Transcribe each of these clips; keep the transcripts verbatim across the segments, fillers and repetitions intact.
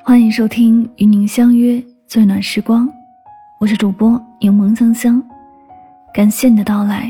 欢迎收听与您相约最暖时光，我是主播柠檬香香，感谢你的到来。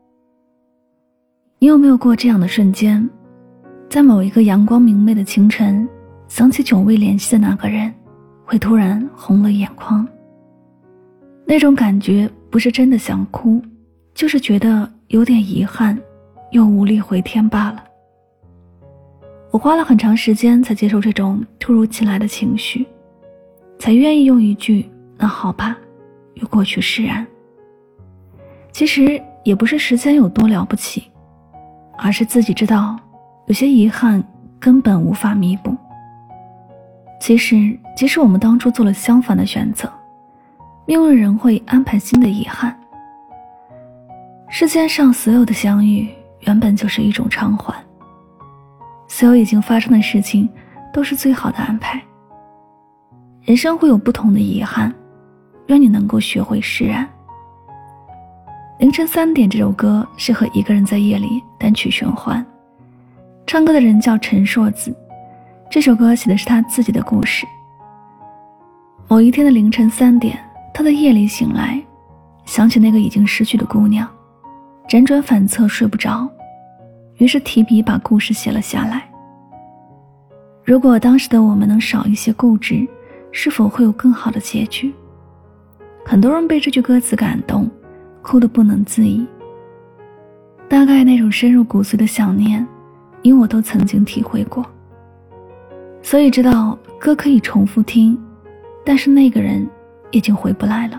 你有没有过这样的瞬间，在某一个阳光明媚的清晨，想起久未联系的那个人，会突然红了眼眶？那种感觉不是真的想哭，就是觉得有点遗憾，又无力回天罢了。我花了很长时间才接受这种突如其来的情绪，才愿意用一句那好吧与过去释然。其实也不是时间有多了不起，而是自己知道有些遗憾根本无法弥补。其实即使我们当初做了相反的选择，命运仍会安排新的遗憾。世间上所有的相遇原本就是一种偿还，所有已经发生的事情都是最好的安排。人生会有不同的遗憾，愿你能够学会释然。凌晨三点这首歌适合一个人在夜里单曲循环，唱歌的人叫陈硕子，这首歌写的是他自己的故事。某一天的凌晨三点，他在夜里醒来，想起那个已经失去的姑娘，辗转反侧睡不着，于是提笔把故事写了下来。如果当时的我们能少一些固执，是否会有更好的结局？很多人被这句歌词感动，哭得不能自已。大概那种深入骨髓的想念，你我都曾经体会过，所以知道歌可以重复听，但是那个人已经回不来了。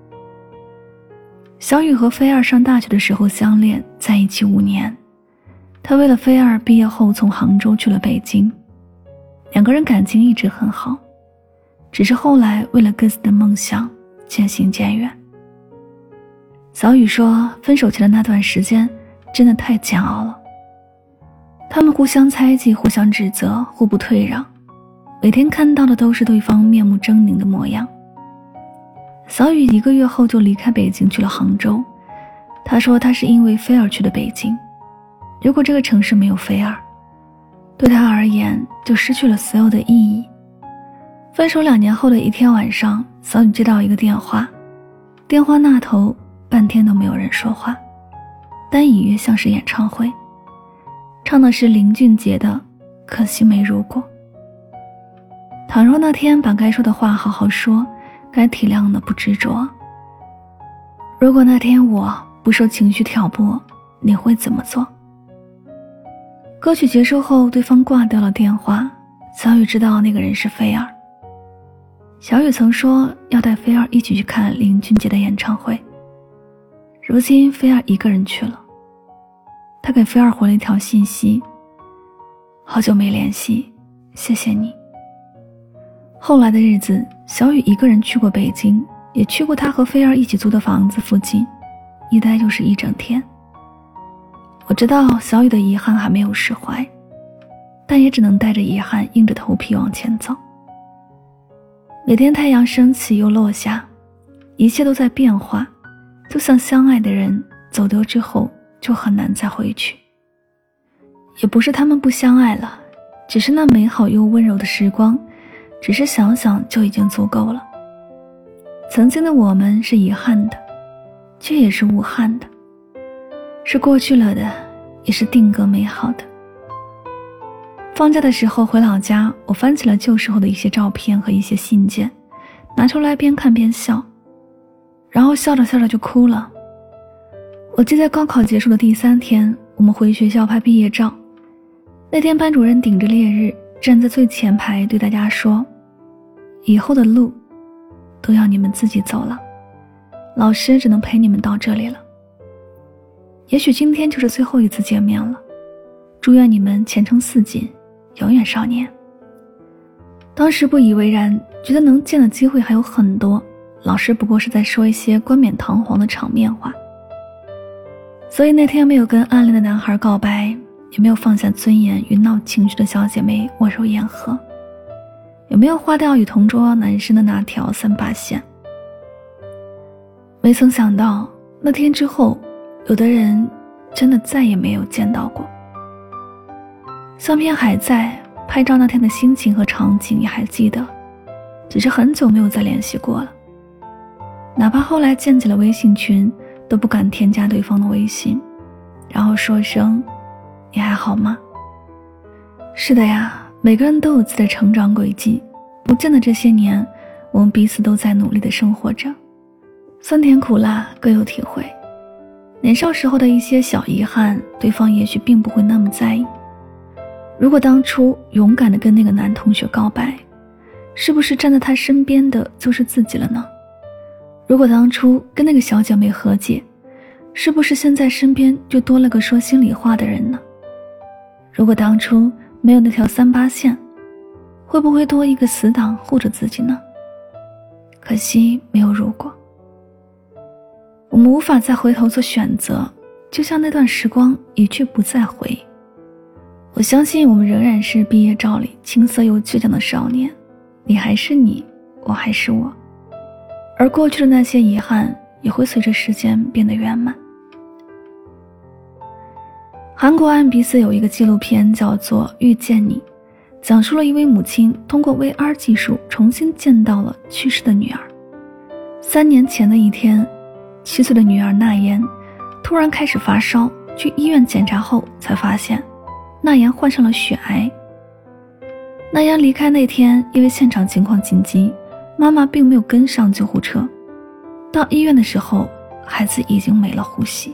小雨和菲儿上大学的时候相恋，在一起五年。他为了菲儿毕业后从杭州去了北京，两个人感情一直很好，只是后来为了各自的梦想渐行渐远。小雨说，分手前的那段时间真的太煎熬了，他们互相猜忌，互相指责，互不退让，每天看到的都是对方面目狰狞的模样。小雨一个月后就离开北京去了杭州，他说他是因为菲儿去的北京，如果这个城市没有菲儿，对他而言就失去了所有的意义。分手两年后的一天晚上，小雨接到一个电话，电话那头半天都没有人说话，但隐约像是演唱会，唱的是林俊杰的《可惜没如果》。倘若那天把该说的话好好说，该体谅的不执着。如果那天我不受情绪挑拨，你会怎么做？歌曲结束后，对方挂掉了电话，小雨知道那个人是菲儿。小雨曾说要带菲儿一起去看林俊杰的演唱会，如今菲儿一个人去了。他给菲儿回了一条信息，好久没联系，谢谢你。后来的日子，小雨一个人去过北京，也去过他和菲儿一起租的房子附近，一待就是一整天。我知道小雨的遗憾还没有释怀，但也只能带着遗憾硬着头皮往前走。每天太阳升起又落下，一切都在变化，就像相爱的人走丢之后就很难再回去。也不是他们不相爱了，只是那美好又温柔的时光，只是想想就已经足够了。曾经的我们是遗憾的，却也是无憾的，是过去了的，也是定格美好的。放假的时候回老家，我翻起了旧时候的一些照片和一些信件，拿出来边看边笑，然后笑着笑着就哭了。我记得高考结束的第三天，我们回学校拍毕业照，那天班主任顶着烈日站在最前排，对大家说，以后的路都要你们自己走了，老师只能陪你们到这里了。也许今天就是最后一次见面了，祝愿你们前程似锦，永远少年。当时不以为然，觉得能见的机会还有很多，老师不过是在说一些冠冕堂皇的场面话。所以那天没有跟暗恋的男孩告白，也没有放下尊严与闹情绪的小姐妹握手言和，也没有花掉与同桌男生的那条三八线。没曾想到那天之后，有的人真的再也没有见到过。相片还在，拍照那天的心情和场景也还记得， 只是很久没有再联系过了。哪怕后来建起了微信群，都不敢添加对方的微信，然后说声你还好吗？是的呀，每个人都有自己的成长轨迹，不见得这些年我们彼此都在努力地生活着，酸甜苦辣各有体会。年少时候的一些小遗憾，对方也许并不会那么在意。如果当初勇敢地跟那个男同学告白，是不是站在他身边的就是自己了呢？如果当初跟那个小姐妹和解，是不是现在身边就多了个说心里话的人呢？如果当初没有那条三八线，会不会多一个死党护着自己呢？可惜没有如果。我们无法再回头做选择，就像那段时光一去不再回。我相信我们仍然是毕业照里青涩又倔强的少年，你还是你，我还是我，而过去的那些遗憾也会随着时间变得圆满。韩国爱恩比斯有一个纪录片叫做《遇见你》，讲述了一位母亲通过 V R 技术重新见到了去世的女儿。三年前的一天，七岁的女儿娜妍突然开始发烧，去医院检查后才发现娜妍患上了血癌。娜妍离开那天，因为现场情况紧急，妈妈并没有跟上救护车。到医院的时候，孩子已经没了呼吸。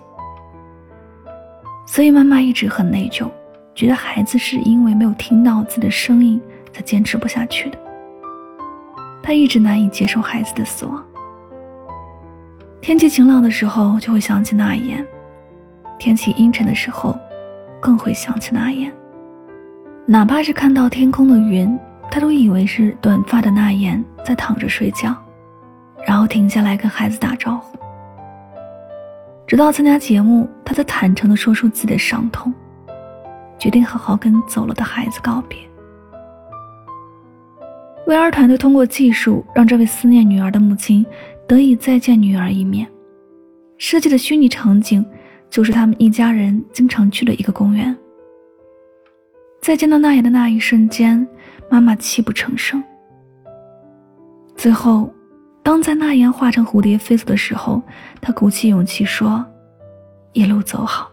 所以妈妈一直很内疚，觉得孩子是因为没有听到自己的声音才坚持不下去的。她一直难以接受孩子的死亡。天气晴朗的时候就会想起那妍，天气阴沉的时候更会想起那妍。哪怕是看到天空的云，她都以为是短发的那妍在躺着睡觉，然后停下来跟孩子打招呼。直到参加节目，她才坦诚地说出自己的伤痛，决定好好跟走了的孩子告别。V R 团队通过技术让这位思念女儿的母亲得以再见女儿一面，设计的虚拟场景就是他们一家人经常去的一个公园。在见到那妍的那一瞬间，妈妈泣不成声。最后当在那妍化成蝴蝶飞走的时候，她鼓起勇气说一路走好。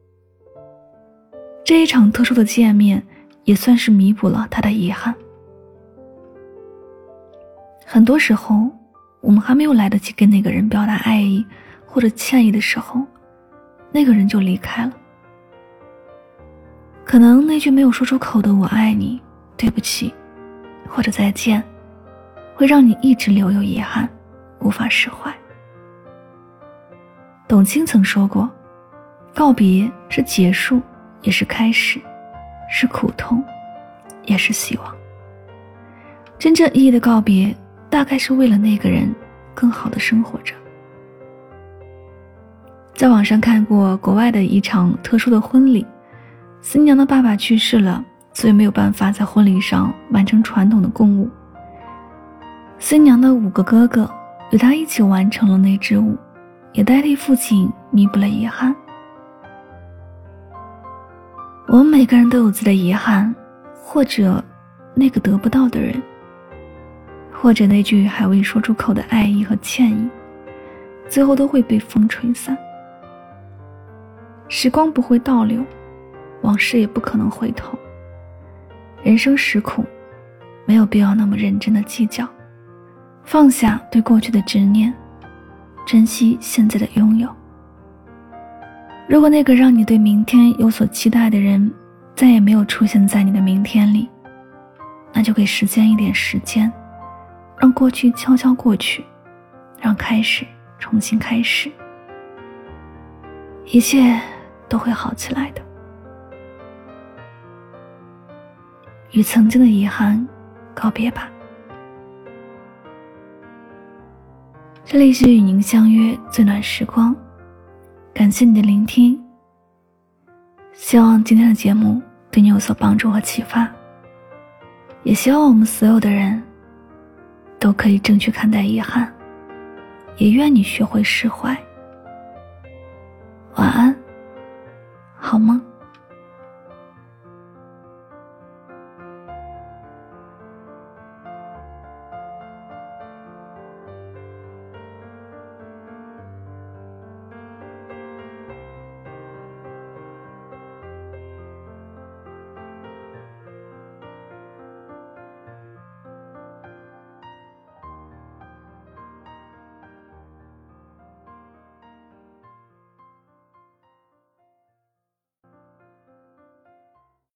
这一场特殊的见面也算是弥补了她的遗憾。很多时候我们还没有来得及跟那个人表达爱意或者歉意的时候，那个人就离开了。可能那句没有说出口的我爱你，对不起或者再见，会让你一直留有遗憾，无法释怀。董卿曾说过，告别是结束，也是开始，是苦痛，也是希望。真正意义的告别，大概是为了那个人更好的生活着。在网上看过国外的一场特殊的婚礼，新娘的爸爸去世了，所以没有办法在婚礼上完成传统的供舞。新娘的五个哥哥与她一起完成了那支舞，也代替父亲弥补了遗憾。我们每个人都有自己的遗憾，或者那个得不到的人，或者那句还未说出口的爱意和歉意，最后都会被风吹散。时光不会倒流，往事也不可能回头。人生实苦，没有必要那么认真的计较，放下对过去的执念，珍惜现在的拥有。如果那个让你对明天有所期待的人再也没有出现在你的明天里，那就给时间一点时间，让过去悄悄过去，让开始重新开始，一切都会好起来的。与曾经的遗憾告别吧。这里是与您相约最暖时光，感谢你的聆听，希望今天的节目对你有所帮助和启发，也希望我们所有的人都可以正确看待遗憾，也愿你学会释怀。晚安，好吗？